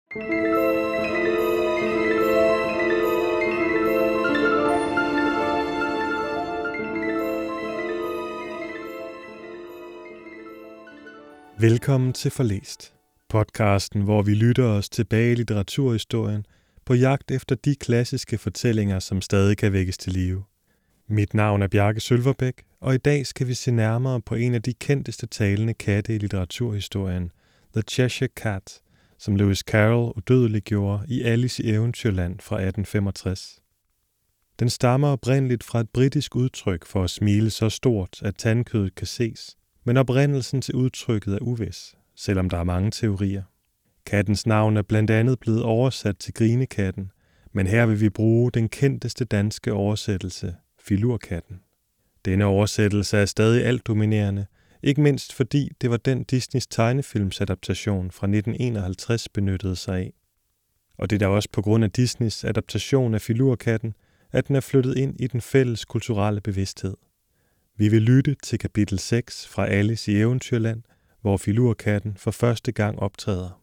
Velkommen til Forlæst, podcasten, hvor vi lytter os tilbage i litteraturhistorien på jagt efter de klassiske fortællinger, som stadig kan vækkes til live. Mit navn er Bjarke Sølverbæk, og i dag skal vi se nærmere på en af de kendteste talende katte i litteraturhistorien, The Cheshire Cat, som Lewis Carroll udødeliggjorde i Alice i Eventyrland fra 1865. Den stammer oprindeligt fra et britisk udtryk for at smile så stort, at tandkødet kan ses, men oprindelsen til udtrykket er uvis, selvom der er mange teorier. Kattens navn er blandt andet blevet oversat til grinekatten, men her vil vi bruge den kendteste danske oversættelse, filurkatten. Denne oversættelse er stadig altdominerende, ikke mindst fordi det var den Disneys tegnefilmsadaptation fra 1951 benyttede sig af. Og det er da også på grund af Disneys adaptation af filurkatten, at den er flyttet ind i den fælles kulturelle bevidsthed. Vi vil lytte til kapitel 6 fra Alice i Eventyrland, hvor filurkatten for første gang optræder.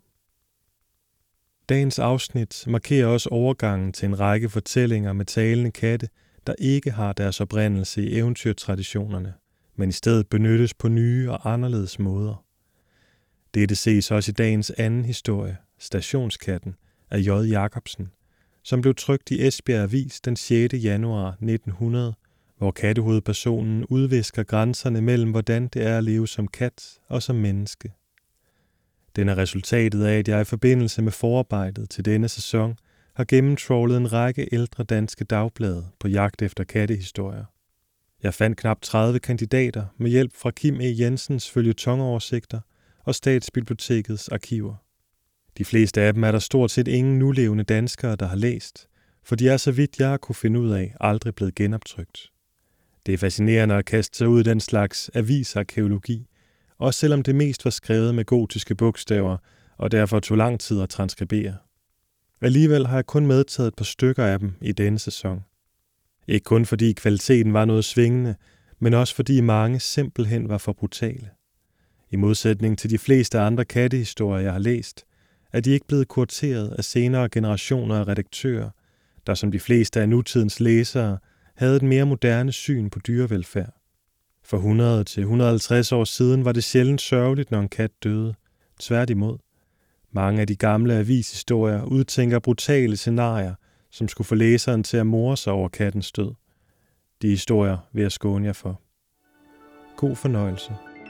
Dagens afsnit markerer også overgangen til en række fortællinger med talende katte, der ikke har deres oprindelse i eventyrtraditionerne, men i stedet benyttes på nye og anderledes måder. Dette ses også i dagens anden historie, Stationskatten, af J. Jacobsen, som blev trykt i Esbjerg Avis den 6. januar 1900, hvor kattehovedpersonen udvisker grænserne mellem, hvordan det er at leve som kat og som menneske. Den er resultatet af, at jeg i forbindelse med forarbejdet til denne sæson har gennemtrawlet en række ældre danske dagblade på jagt efter kattehistorier. Jeg fandt knap 30 kandidater med hjælp fra Kim E. Jensens føljetonoversigter og Statsbibliotekets arkiver. De fleste af dem er der stort set ingen nulevende danskere, der har læst, for de er, så vidt jeg kunne finde ud af, aldrig blevet genoptrykt. Det er fascinerende at kaste sig ud i den slags avisarkæologi, også selvom det mest var skrevet med gotiske bogstaver, og derfor tog lang tid at transkribere. Alligevel har jeg kun medtaget et par stykker af dem i denne sæson. Ikke kun fordi kvaliteten var noget svingende, men også fordi mange simpelthen var for brutale. I modsætning til de fleste andre kattehistorier, jeg har læst, er de ikke blevet kurateret af senere generationer af redaktører, der som de fleste af nutidens læsere havde et mere moderne syn på dyrevelfærd. For 100 til 150 år siden var det sjældent sørgeligt, når en kat døde. Tværtimod. Mange af de gamle avishistorier udtænker brutale scenarier, som skulle få læseren til at more sig over kattens død. De historier vil jeg skåne jer for. God fornøjelse.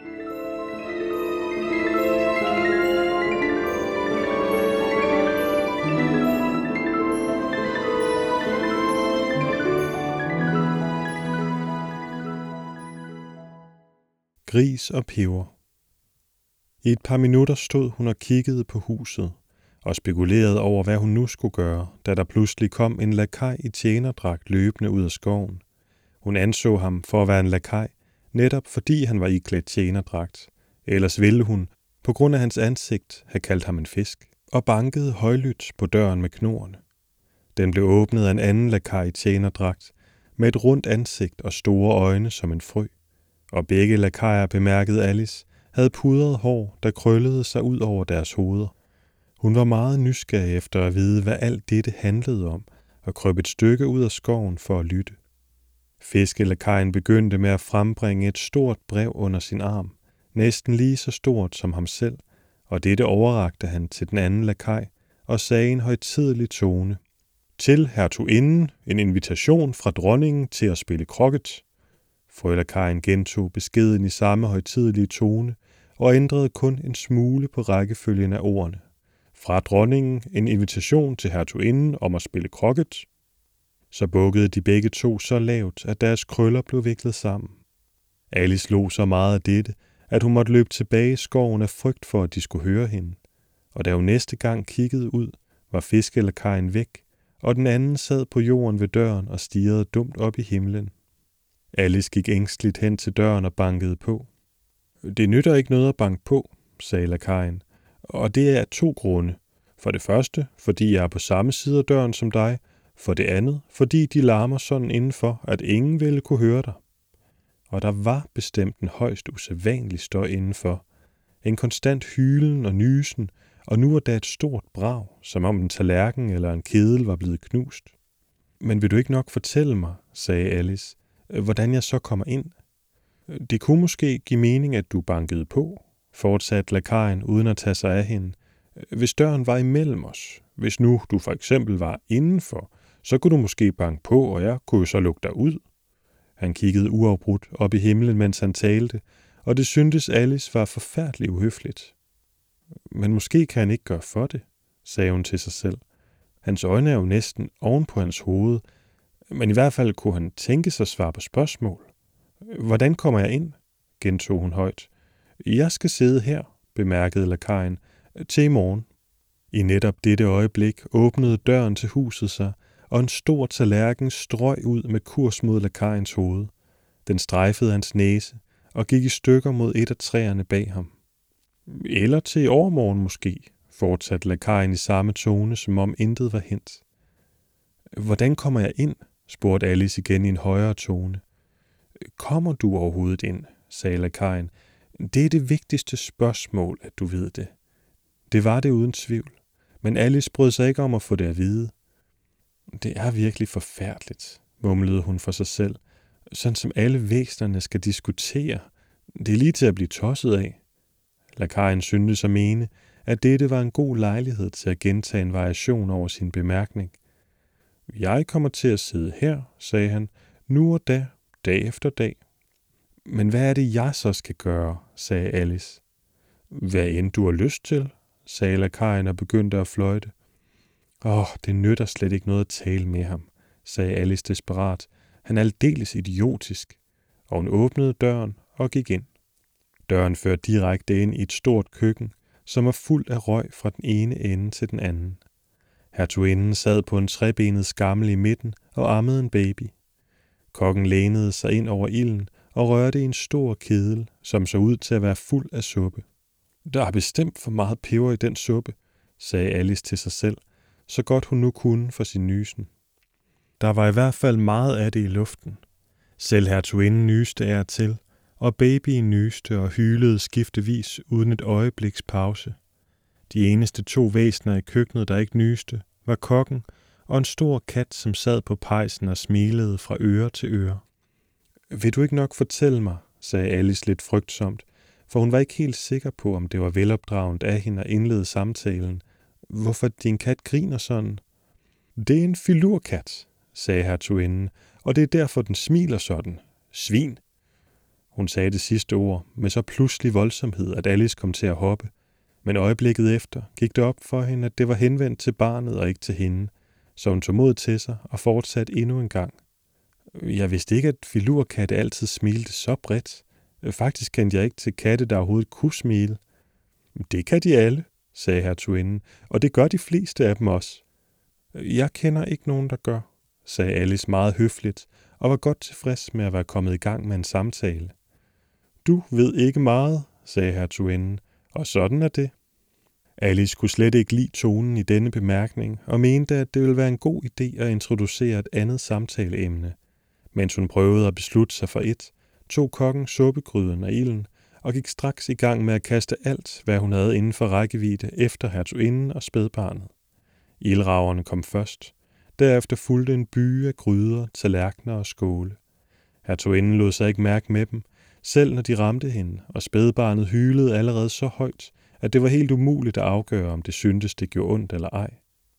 Gris og peber. I et par minutter stod hun og kiggede på huset og spekulerede over, hvad hun nu skulle gøre, da der pludselig kom en lakaj i tjenerdragt løbende ud af skoven. Hun anså ham for at være en lakaj, netop fordi han var iklædt tjenerdragt. Ellers ville hun, på grund af hans ansigt, have kaldt ham en fisk, og bankede højlydt på døren med knorrene. Den blev åbnet af en anden lakaj i tjenerdragt, med et rundt ansigt og store øjne som en frø. Og begge lakajer, bemærkede Alice, havde pudret hår, der krøllede sig ud over deres hoveder. Hun var meget nysgerrig efter at vide, hvad alt dette handlede om, og krøb et stykke ud af skoven for at lytte. Fiskelakajen begyndte med at frembringe et stort brev under sin arm, næsten lige så stort som ham selv, og dette overrakte han til den anden lakaj og sagde i en højtidelig tone: "Til hertuginden en invitation fra dronningen til at spille croquet." Frølakajen gentog beskeden i samme højtidelige tone og ændrede kun en smule på rækkefølgen af ordene. Fra dronningen en invitation til hertuginden om at spille croquet. Så bukkede de begge to så lavt, at deres krøller blev viklet sammen. Alice lå så meget af dette, at hun måtte løbe tilbage i skoven af frygt for, at de skulle høre hende. Og da hun næste gang kiggede ud, var fiskelakajen væk, og den anden sad på jorden ved døren og stirrede dumt op i himlen. Alice gik ængsteligt hen til døren og bankede på. "Det nytter ikke noget at banke på," sagde lakajen, "og det er af 2 grunde. For det første, fordi jeg er på samme side af døren som dig. For det andet, fordi de larmer sådan indenfor, at ingen ville kunne høre dig." Og der var bestemt en højst usædvanlig støj indenfor. En konstant hylen og nysen, og nu var der et stort brag, som om en tallerken eller en kedel var blevet knust. Men vil du ikke nok fortælle mig, sagde Alice, hvordan jeg så kommer ind? Det kunne måske give mening, at du bankede på, fortsatte lakajen uden at tage sig af hende. Hvis døren var imellem os, hvis nu du for eksempel var indenfor, så kunne du måske banke på, og jeg kunne så lukke dig ud. Han kiggede uafbrudt op i himlen, mens han talte, og det syntes Alice var forfærdeligt uhøfligt. Men måske kan han ikke gøre for det, sagde hun til sig selv. Hans øjne er jo næsten oven på hans hoved, men i hvert fald kunne han tænke sig at svare på spørgsmål. Hvordan kommer jeg ind? Gentog hun højt. Jeg skal sidde her, bemærkede lakajen, til i morgen. I netop dette øjeblik åbnede døren til huset sig, og en stor tallerken strøg ud med kurs mod lakajens hoved. Den strejfede hans næse og gik i stykker mod et af træerne bag ham. Eller til i overmorgen måske, fortsatte lakajen i samme tone, som om intet var hent. Hvordan kommer jeg ind? Spurgte Alice igen i en højere tone. Kommer du overhovedet ind? Sagde lakajen. Det er det vigtigste spørgsmål, at du ved det. Det var det uden tvivl, men Alice brød sig ikke om at få det at vide. Det er virkelig forfærdeligt, mumlede hun for sig selv, sådan som alle væsenerne skal diskutere. Det er lige til at blive tosset af. Lakajen syntes at mene, at dette var en god lejlighed til at gentage en variation over sin bemærkning. Jeg kommer til at sidde her, sagde han, nu og da, dag efter dag. Men hvad er det, jeg så skal gøre, sagde Alice. Hvad end du har lyst til, sagde lakajen og begyndte at fløjte. Det nytter slet ikke noget at tale med ham, sagde Alice desperat. Han er aldeles idiotisk. Og hun åbnede døren og gik ind. Døren førte direkte ind i et stort køkken, som var fuld af røg fra den ene ende til den anden. Hertuginden sad på en trebenet skammel i midten og ammede en baby. Kokken lænede sig ind over ilden og rørte i en stor kedel, som så ud til at være fuld af suppe. Der er bestemt for meget peber i den suppe, sagde Alice til sig selv, så godt hun nu kunne for sin nysen. Der var i hvert fald meget af det i luften. Selv hertuginden nyste af og til, og babyen nyste og hylede skiftevis uden et øjebliks pause. De eneste 2 væsener i køkkenet, der ikke nyste, var kokken og en stor kat, som sad på pejsen og smilede fra øre til øre. Vil du ikke nok fortælle mig, sagde Alice lidt frygtsomt, for hun var ikke helt sikker på, om det var velopdragent af hende at indlede samtalen. Hvorfor din kat griner sådan? Det er en filurkat, sagde hertuginden, og det er derfor, den smiler sådan. Svin! Hun sagde det sidste ord med så pludselig voldsomhed, at Alice kom til at hoppe. Men øjeblikket efter gik det op for hende, at det var henvendt til barnet og ikke til hende, så hun tog mod til sig og fortsatte endnu en gang. Jeg vidste ikke, at filurkatte altid smilte så bredt. Faktisk kendte jeg ikke til katte, der overhovedet kunne smile. Det kan de alle, sagde hertuginden, og det gør de fleste af dem også. Jeg kender ikke nogen, der gør, sagde Alice meget høfligt, og var godt tilfreds med at være kommet i gang med en samtale. Du ved ikke meget, sagde hertuginden, og sådan er det. Alice kunne slet ikke lide tonen i denne bemærkning, og mente, at det ville være en god idé at introducere et andet samtaleemne. Mens hun prøvede at beslutte sig for et, tog kokken suppegryden af ilden og gik straks i gang med at kaste alt, hvad hun havde inden for rækkevidde efter hertuginden og spædbarnet. Ildragerne kom først. Derefter fulgte en byge af gryder, tallerkener og skåle. Hertuginden lod sig ikke mærke med dem, selv når de ramte hende, og spædbarnet hylede allerede så højt, at det var helt umuligt at afgøre, om det syntes, det gjorde ondt eller ej.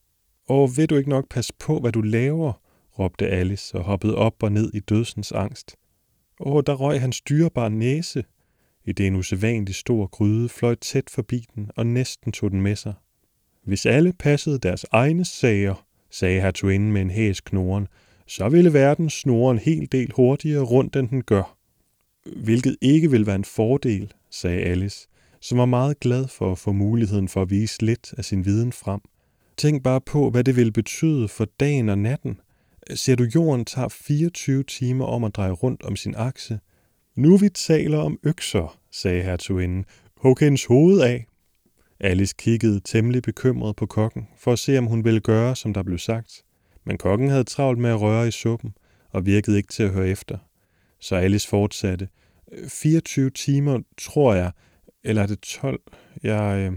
Vil du ikke nok passe på, hvad du laver? Råbte Alice og hoppede op og ned i dødsens angst. Der røg hans dyrebare næse. I det en usædvanlig stor gryde fløj tæt forbi den og næsten tog den med sig. Hvis alle passede deres egne sager, sagde hertuginden med en hæs knoren, så ville verden snurre en hel del hurtigere rundt, end den gør. Hvilket ikke vil være en fordel, sagde Alice, som var meget glad for at få muligheden for at vise lidt af sin viden frem. Tænk bare på, hvad det ville betyde for dagen og natten. Ser du, jorden tager 24 timer om at dreje rundt om sin akse? Nu vi taler om økser, sagde hertuginden. Hug hendes hoved af. Alice kiggede temmelig bekymret på kokken, for at se, om hun ville gøre, som der blev sagt. Men kokken havde travlt med at røre i suppen, og virkede ikke til at høre efter. Så Alice fortsatte. 24 timer, tror jeg, eller er det 12?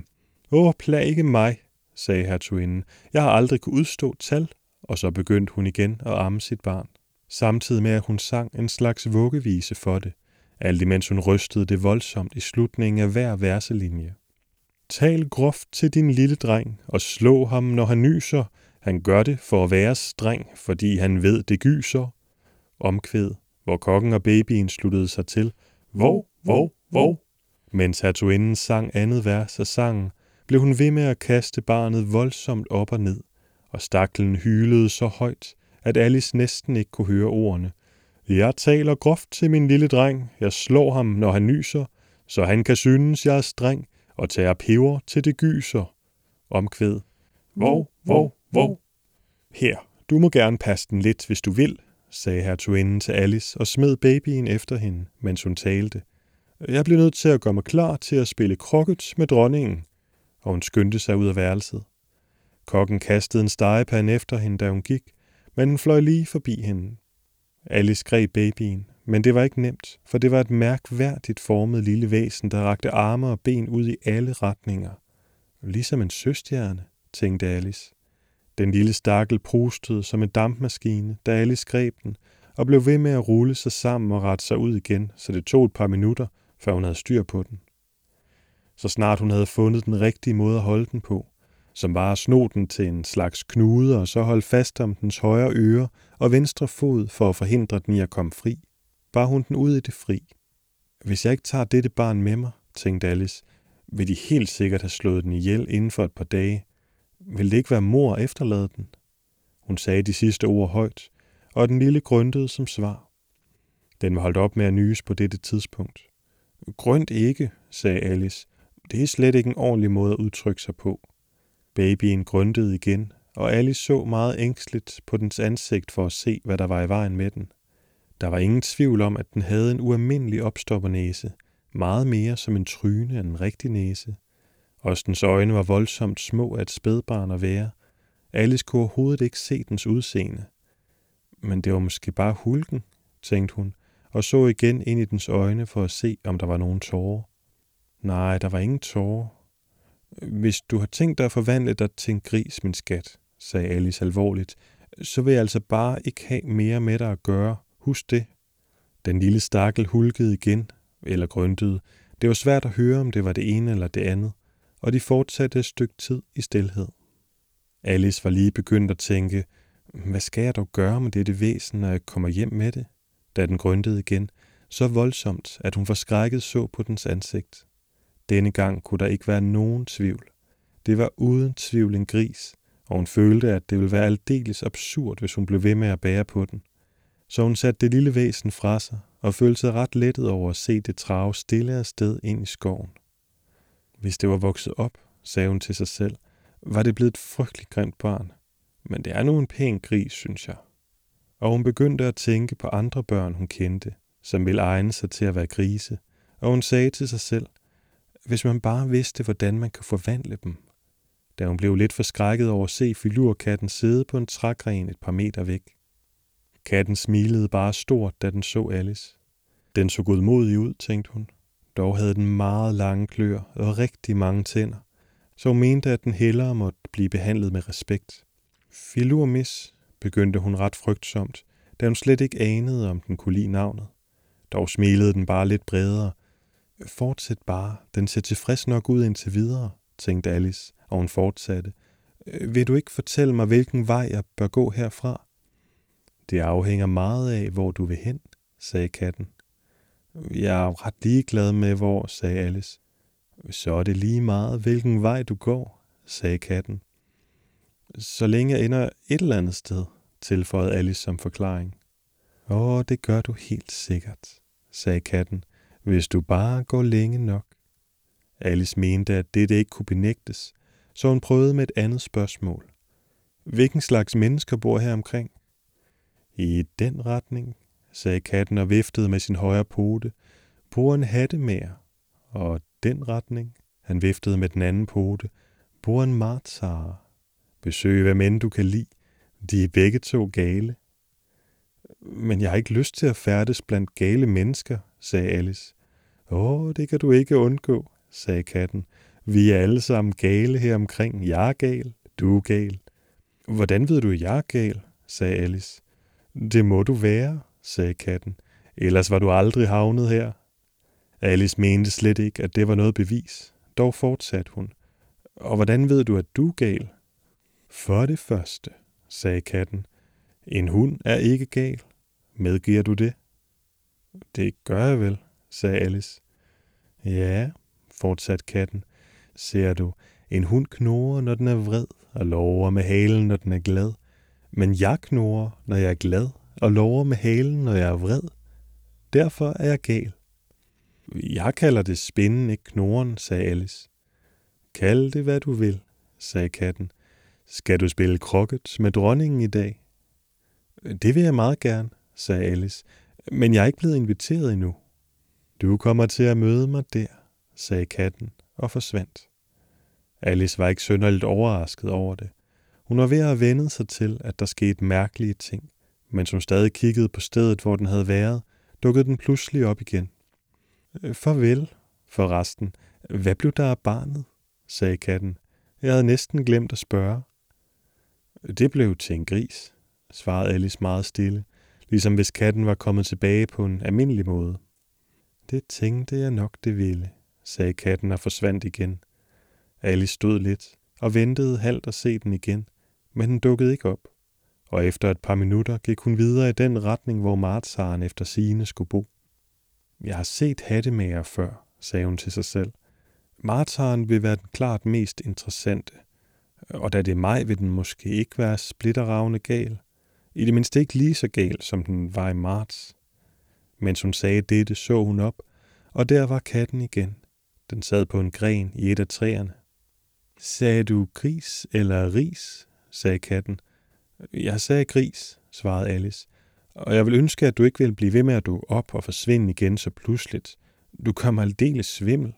Plag ikke mig, sagde hertuginden. Jeg har aldrig kunne udstå tal. Og så begyndte hun igen at amme sit barn, samtidig med at hun sang en slags vuggevise for det, alt imens hun rystede det voldsomt i slutningen af hver verselinje. Tal groft til din lille dreng, og slå ham, når han nyser. Han gør det for at være streng, fordi han ved, det gyser. Omkvæd, hvor kokken og babyen sluttede sig til. Vov, vov, vov. Mens hertuginden sang andet vers af sangen, blev hun ved med at kaste barnet voldsomt op og ned, og staklen hylede så højt, at Alice næsten ikke kunne høre ordene. Jeg taler groft til min lille dreng, jeg slår ham, når han nyser, så han kan synes, jeg er streng, og tager peber til det gyser. Omkvæd. Vov, vov, vov. Her, du må gerne passe den lidt, hvis du vil, sagde hertuginden til Alice og smed babyen efter hende, mens hun talte. Jeg bliver nødt til at gøre mig klar til at spille krokket med dronningen, og hun skyndte sig ud af værelset. Kokken kastede en stegepande efter hende, da hun gik, men den fløj lige forbi hende. Alice greb babyen, men det var ikke nemt, for det var et mærkværdigt formet lille væsen, der rakte arme og ben ud i alle retninger. Ligesom en søstjerne, tænkte Alice. Den lille stakkel prustede som en dampmaskine, da Alice greb den, og blev ved med at rulle sig sammen og rette sig ud igen, så det tog et par minutter, før hun havde styr på den. Så snart hun havde fundet den rigtige måde at holde den på, som var at sno den til en slags knude og så holde fast om dens højre øre og venstre fod for at forhindre den i at komme fri, bar hun den ud i det fri. Hvis jeg ikke tager dette barn med mig, tænkte Alice, vil de helt sikkert have slået den ihjel inden for et par dage. Vil det ikke være mor at efterlade den? Hun sagde de sidste ord højt, og den lille grøntede som svar. Den var holdt op med at nyse på dette tidspunkt. Grønt ikke, sagde Alice. Det er slet ikke en ordentlig måde at udtrykke sig på. Babyen grøntede igen, og Alice så meget ængsteligt på dens ansigt for at se, hvad der var i vejen med den. Der var ingen tvivl om, at den havde en ualmindelig opstoppernæse, meget mere som en tryne end en rigtig næse. Også dens øjne var voldsomt små af et spædbarn at være. Alice kunne overhovedet ikke se dens udseende. Men det var måske bare hulken, tænkte hun, og så igen ind i dens øjne for at se, om der var nogen tårer. Nej, der var ingen tårer. Hvis du har tænkt dig at forvandle dig til en gris, min skat, sagde Alice alvorligt, så vil jeg altså bare ikke have mere med dig at gøre. Husk det. Den lille stakkel hulkede igen, eller grøntede. Det var svært at høre, om det var det ene eller det andet, og de fortsatte et stykke tid i stilhed. Alice var lige begyndt at tænke, hvad skal jeg dog gøre med dette væsen, når jeg kommer hjem med det? Da den grøntede igen, så voldsomt, at hun forskrækket så på dens ansigt. Denne gang kunne der ikke være nogen tvivl. Det var uden tvivl en gris, og hun følte, at det ville være aldeles absurd, hvis hun blev ved med at bære på den. Så hun satte det lille væsen fra sig, og følte sig ret lettet over at se det trage stille afsted ind i skoven. Hvis det var vokset op, sagde hun til sig selv, var det blevet et frygteligt grimt barn. Men det er nu en pæn gris, synes jeg. Og hun begyndte at tænke på andre børn, hun kendte, som ville egne sig til at være grise, og hun sagde til sig selv, hvis man bare vidste, hvordan man kan forvandle dem. Da hun blev lidt forskrækket over at se filurkatten sidde på en trægren et par meter væk. Katten smilede bare stort, da den så Alice. Den så godmodig ud, tænkte hun. Dog havde den meget lange kløer og rigtig mange tænder, så hun mente, at den hellere måtte blive behandlet med respekt. Filur, mis, begyndte hun ret frygtsomt, da hun slet ikke anede, om den kunne lide navnet. Dog smilede den bare lidt bredere. Fortsæt bare, den ser tilfreds nok ud indtil videre, tænkte Alice, og hun fortsatte. Vil du ikke fortælle mig, hvilken vej jeg bør gå herfra? Det afhænger meget af, hvor du vil hen, sagde katten. Jeg er ret ligeglad med, hvor, sagde Alice. Så er det lige meget, hvilken vej du går, sagde katten. Så længe jeg ender et eller andet sted, tilføjede Alice som forklaring. Det gør du helt sikkert, sagde katten, hvis du bare går længe nok. Alice mente, at dette ikke kunne benægtes, så hun prøvede med et andet spørgsmål. Hvilken slags mennesker bor her omkring? I den retning, sagde katten og viftede med sin højre pote, bor en hattemager. Og den retning, han viftede med den anden pote, bor en martsarer. Besøg hvem end du kan lide, de er begge to gale. Men jeg har ikke lyst til at færdes blandt gale mennesker, sagde Alice. Det kan du ikke undgå, sagde katten. Vi er alle sammen gale her omkring. Jeg er gal, du er gal. Hvordan ved du, at jeg er gal? Sagde Alice. Det må du være, sagde katten. Ellers var du aldrig havnet her. Alice mente slet ikke, at det var noget bevis. Dog fortsatte hun. Og hvordan ved du, at du er gal? For det første, sagde katten. En hund er ikke gal. Medgiver du det? Det gør jeg vel, sagde Alice. Ja, fortsatte katten. Ser du, en hund knurrer, når den er vred, og lover med halen, når den er glad. Men jeg knurrer, når jeg er glad, og lover med halen, når jeg er vred. Derfor er jeg gal. Jeg kalder det spinden, ikke knurren, sagde Alice. Kald det, hvad du vil, sagde katten. Skal du spille krokket med dronningen i dag? Det vil jeg meget gerne, sagde Alice, men jeg er ikke blevet inviteret endnu. Du kommer til at møde mig der, sagde katten og forsvandt. Alice var ikke synderligt overrasket over det. Hun var ved at vænne sig til, at der skete mærkelige ting, mens hun stadig kiggede på stedet, hvor den havde været, dukkede den pludselig op igen. Farvel, forresten. Hvad blev der af barnet? Sagde katten. Jeg havde næsten glemt at spørge. Det blev til en gris, svarede Alice meget stille, ligesom hvis katten var kommet tilbage på en almindelig måde. Det tænkte jeg nok, det ville, sagde katten og forsvandt igen. Alice stod lidt og ventede halvt at se den igen, men den dukkede ikke op, og efter et par minutter gik hun videre i den retning, hvor martsaren efter sigende skulle bo. Jeg har set hattemager før, sagde hun til sig selv. Martsaren vil være den klart mest interessante, og da det er mig, vil den måske ikke være splitterravne gal. I det mindste ikke lige så gal, som den var i marts. Mens hun sagde dette, så hun op, og der var katten igen. Den sad på en gren i et af træerne. Sagde du gris eller ris? Sagde katten. Jeg sagde gris, svarede Alice, og jeg vil ønske, at du ikke vil blive ved med at dukke op og forsvinde igen så pludseligt. Du kommer aldeles svimmel.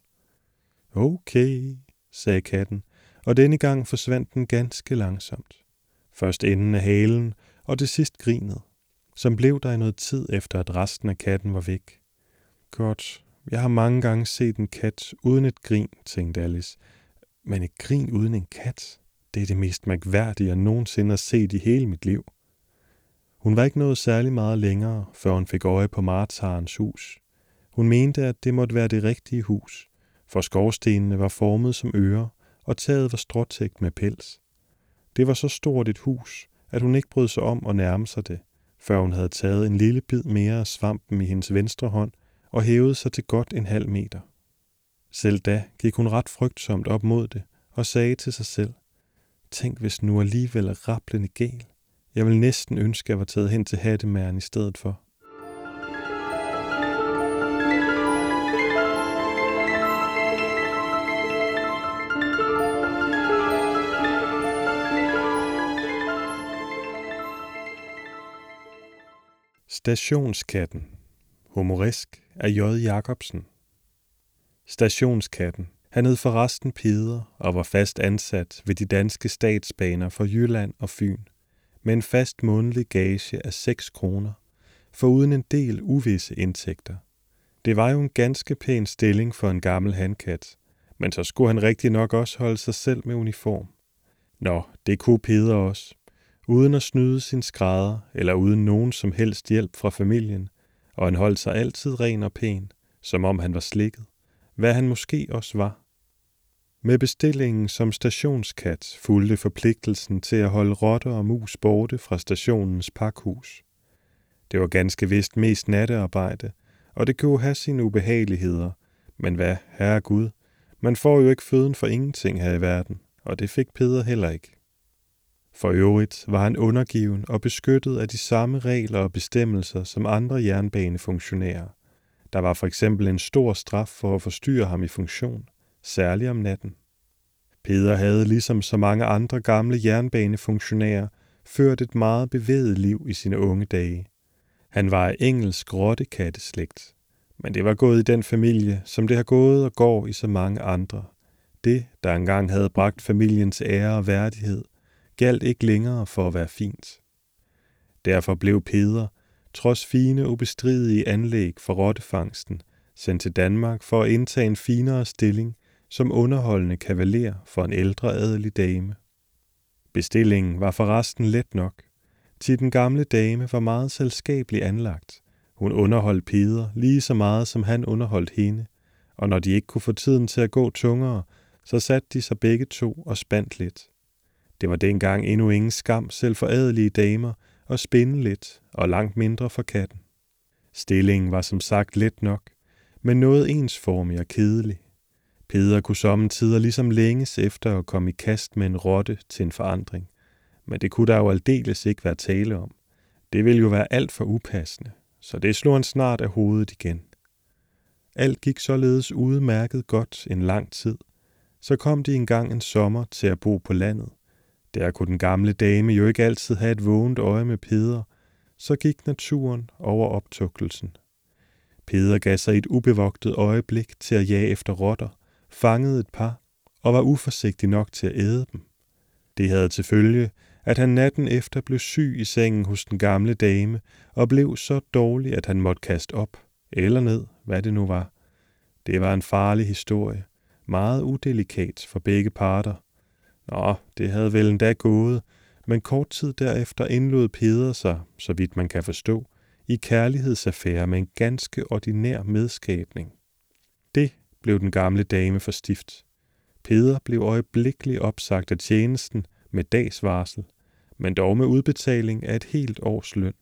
Okay, sagde katten, og denne gang forsvandt den ganske langsomt. Først enden af halen, og til sidst grinet, som blev der i noget tid efter, at resten af katten var væk. Godt, jeg har mange gange set en kat uden et grin, tænkte Alice, men et grin uden en kat, det er det mest mærkværdige, jeg nogensinde har set i hele mit liv. Hun var ikke nået særlig meget længere, før hun fik øje på martsarens hus. Hun mente, at det måtte være det rigtige hus, for skorstenene var formet som ører, og taget var stråtækt med pels. Det var så stort et hus, at hun ikke brød sig om at nærme sig det, før hun havde taget en lille bid mere af svampen i hendes venstre hånd og hævede sig til godt 1,5 meter. Selv da gik hun ret frygtsomt op mod det og sagde til sig selv, tænk hvis nu alligevel er rablende gal. Jeg vil næsten ønske, at jeg var taget hen til hattemageren i stedet for. Stationskatten. Humoresk af J. Jacobsen. Stationskatten. Han hed forresten Peder og var fast ansat ved de danske statsbaner for Jylland og Fyn, med en fast månedlig gage af 6 kroner, foruden en del uvisse indtægter. Det var jo en ganske pæn stilling for en gammel hankat, men så skulle han rigtig nok også holde sig selv med uniform. Nå, det kunne Peder også. Uden at snyde sin skrædder, eller uden nogen som helst hjælp fra familien, og han holdt sig altid ren og pæn, som om han var slikket, hvad han måske også var. Med bestillingen som stationskat fulgte forpligtelsen til at holde rotter og mus borte fra stationens pakhus. Det var ganske vist mest nattearbejde, og det kunne have sine ubehageligheder, men hvad, herregud, man får jo ikke føden for ingenting her i verden, og det fik Peder heller ikke. For øvrigt var han undergiven og beskyttet af de samme regler og bestemmelser som andre jernbanefunktionærer. Der var for eksempel en stor straf for at forstyrre ham i funktion, særligt om natten. Peder havde ligesom så mange andre gamle jernbanefunktionærer ført et meget bevæget liv i sine unge dage. Han var af engelsk rottekatteslægt, men det var gået i den familie, som det har gået og går i så mange andre. Det, der engang havde bragt familiens ære og værdighed, galt ikke længere for at være fint. Derfor blev Peder, trods fine ubestridige anlæg for rottefangsten, sendt til Danmark for at indtage en finere stilling som underholdende kavaler for en ældre adelig dame. Bestillingen var forresten let nok, til den gamle dame var meget selskabelig anlagt. Hun underholdt Peder lige så meget, som han underholdt hende, og når de ikke kunne få tiden til at gå tungere, så satte de sig begge to og spandt lidt. Det var dengang endnu ingen skam selv for adelige damer at spinde lidt, og langt mindre for katten. Stillingen var som sagt let nok, men noget ensformig og kedelig. Peder kunne sommetider ligesom længes efter at komme i kast med en rotte til en forandring, men det kunne der jo aldeles ikke være tale om. Det ville jo være alt for upassende, så det slog han snart af hovedet igen. Alt gik således udmærket godt en lang tid. Så kom de engang en sommer til at bo på landet. Der kunne den gamle dame jo ikke altid have et vågent øje med Peder, så gik naturen over optugtelsen. Peder gav sig et ubevogtet øjeblik til at jage efter rotter, fangede et par og var uforsigtig nok til at æde dem. Det havde til følge, at han natten efter blev syg i sengen hos den gamle dame og blev så dårlig, at han måtte kaste op, eller ned, hvad det nu var. Det var en farlig historie, meget udelikat for begge parter. Nå, det havde vel endda gået, men kort tid derefter indlod Peder sig, så vidt man kan forstå, i kærlighedsaffære med en ganske ordinær medskabning. Det blev den gamle dame for stift. Peder blev øjeblikkeligt opsagt af tjenesten med dags varsel, men dog med udbetaling af et helt års løn.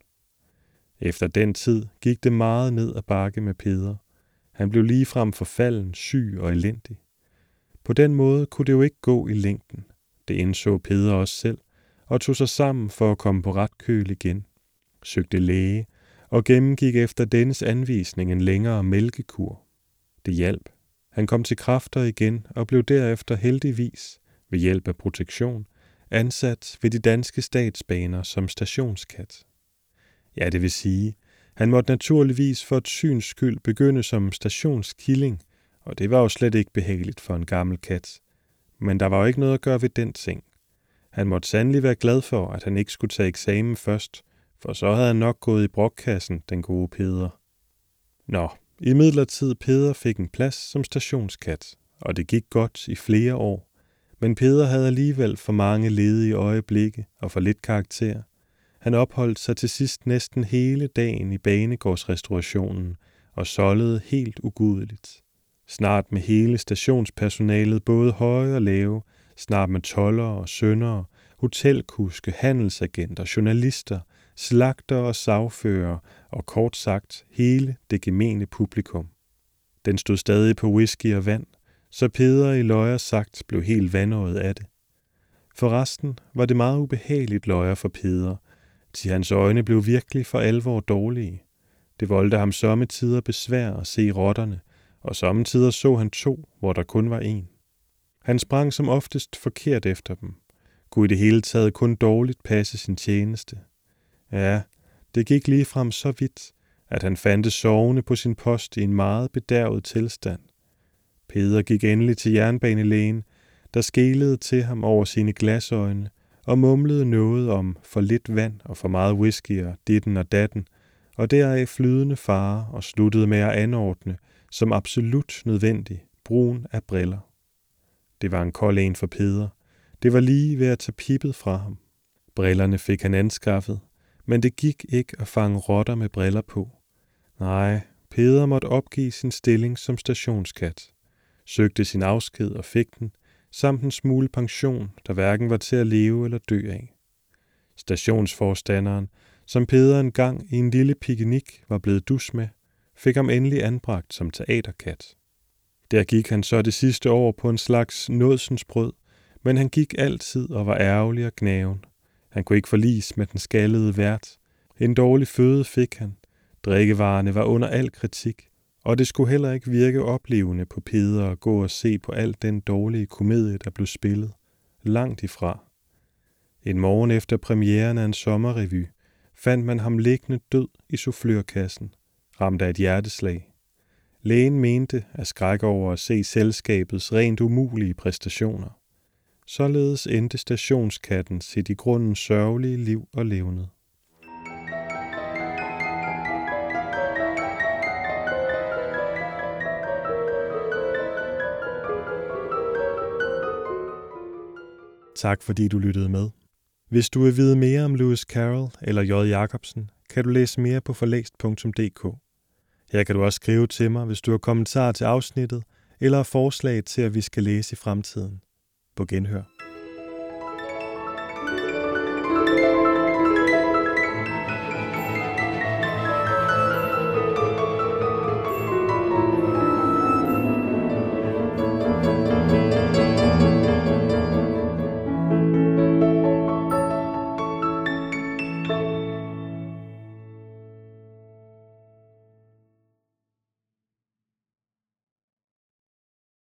Efter den tid gik det meget ned ad bakke med Peder. Han blev ligefrem forfalden, syg og elendig. På den måde kunne det jo ikke gå i længden. Det indså Peder også selv, og tog sig sammen for at komme på ret køl igen. Søgte læge, og gennemgik efter dennes anvisning en længere mælkekur. Det hjalp. Han kom til kræfter igen og blev derefter heldigvis, ved hjælp af protektion, ansat ved de danske statsbaner som stationskat. Ja, det vil sige, han måtte naturligvis for et syns skyld begynde som stationskilling, og det var jo slet ikke behageligt for en gammel kat. Men der var jo ikke noget at gøre ved den ting. Han måtte sandelig være glad for, at han ikke skulle tage eksamen først, for så havde han nok gået i brokkassen, den gode Peder. Nå, imidlertid Peder fik en plads som stationskat, og det gik godt i flere år. Men Peder havde alligevel for mange ledige øjeblikke og for lidt karakter. Han opholdt sig til sidst næsten hele dagen i banegårdsrestaurationen og soldede helt ugudeligt. Snart med hele stationspersonalet, både høje og lave, snart med toldere og syndere, hotelkuske, handelsagenter, journalister, slagter og sagfører og kort sagt hele det gemene publikum. Den stod stadig på whisky og vand, så Peder i løjer sagt blev helt vandøjet af det. Forresten var det meget ubehageligt løjer for Peder, til hans øjne blev virkelig for alvor dårlige. Det voldte ham sommetider besvær at se rotterne, og sommetider så han to, hvor der kun var en. Han sprang som oftest forkert efter dem, kunne i det hele taget kun dårligt passe sin tjeneste. Ja, det gik ligefrem så vidt, at han fandtes sovende på sin post i en meget bedærvet tilstand. Peder gik endelig til jernbanelægen, der skelede til ham over sine glasøjne og mumlede noget om for lidt vand og for meget whisky og ditten og datten, og deraf flydende fare og sluttede med at anordne, som absolut nødvendig, brugen af briller. Det var en kold en for Peder. Det var lige ved at tage pippet fra ham. Brillerne fik han anskaffet, men det gik ikke at fange rotter med briller på. Nej, Peder måtte opgive sin stilling som stationskat, søgte sin afsked og fik den, samt en smule pension, der hverken var til at leve eller dø af. Stationsforstanderen, som Peder engang i en lille piknik var blevet dus med, fik ham endelig anbragt som teaterkat. Der gik han så det sidste år på en slags nådsensbrød, men han gik altid og var ærgerlig og gnaven. Han kunne ikke forliges med den skaldede vært. En dårlig føde fik han. Drikkevarerne var under al kritik, og det skulle heller ikke virke oplevende på Peder at gå og se på alt den dårlige komedie, der blev spillet. Langt ifra. En morgen efter premieren af en sommerrevy fandt man ham liggende død i soufflørkassen, ramt af et hjerteslag. Lægen mente af skræk over at se selskabets rent umulige præstationer. Således endte stationskatten sit i grunden sørgelige liv og levned. Tak fordi du lyttede med. Hvis du vil vide mere om Lewis Carroll eller J. Jacobsen, kan du læse mere på forlæst.dk. Her kan du også skrive til mig, hvis du har kommentarer til afsnittet eller forslag til, at vi skal læse i fremtiden. På genhør.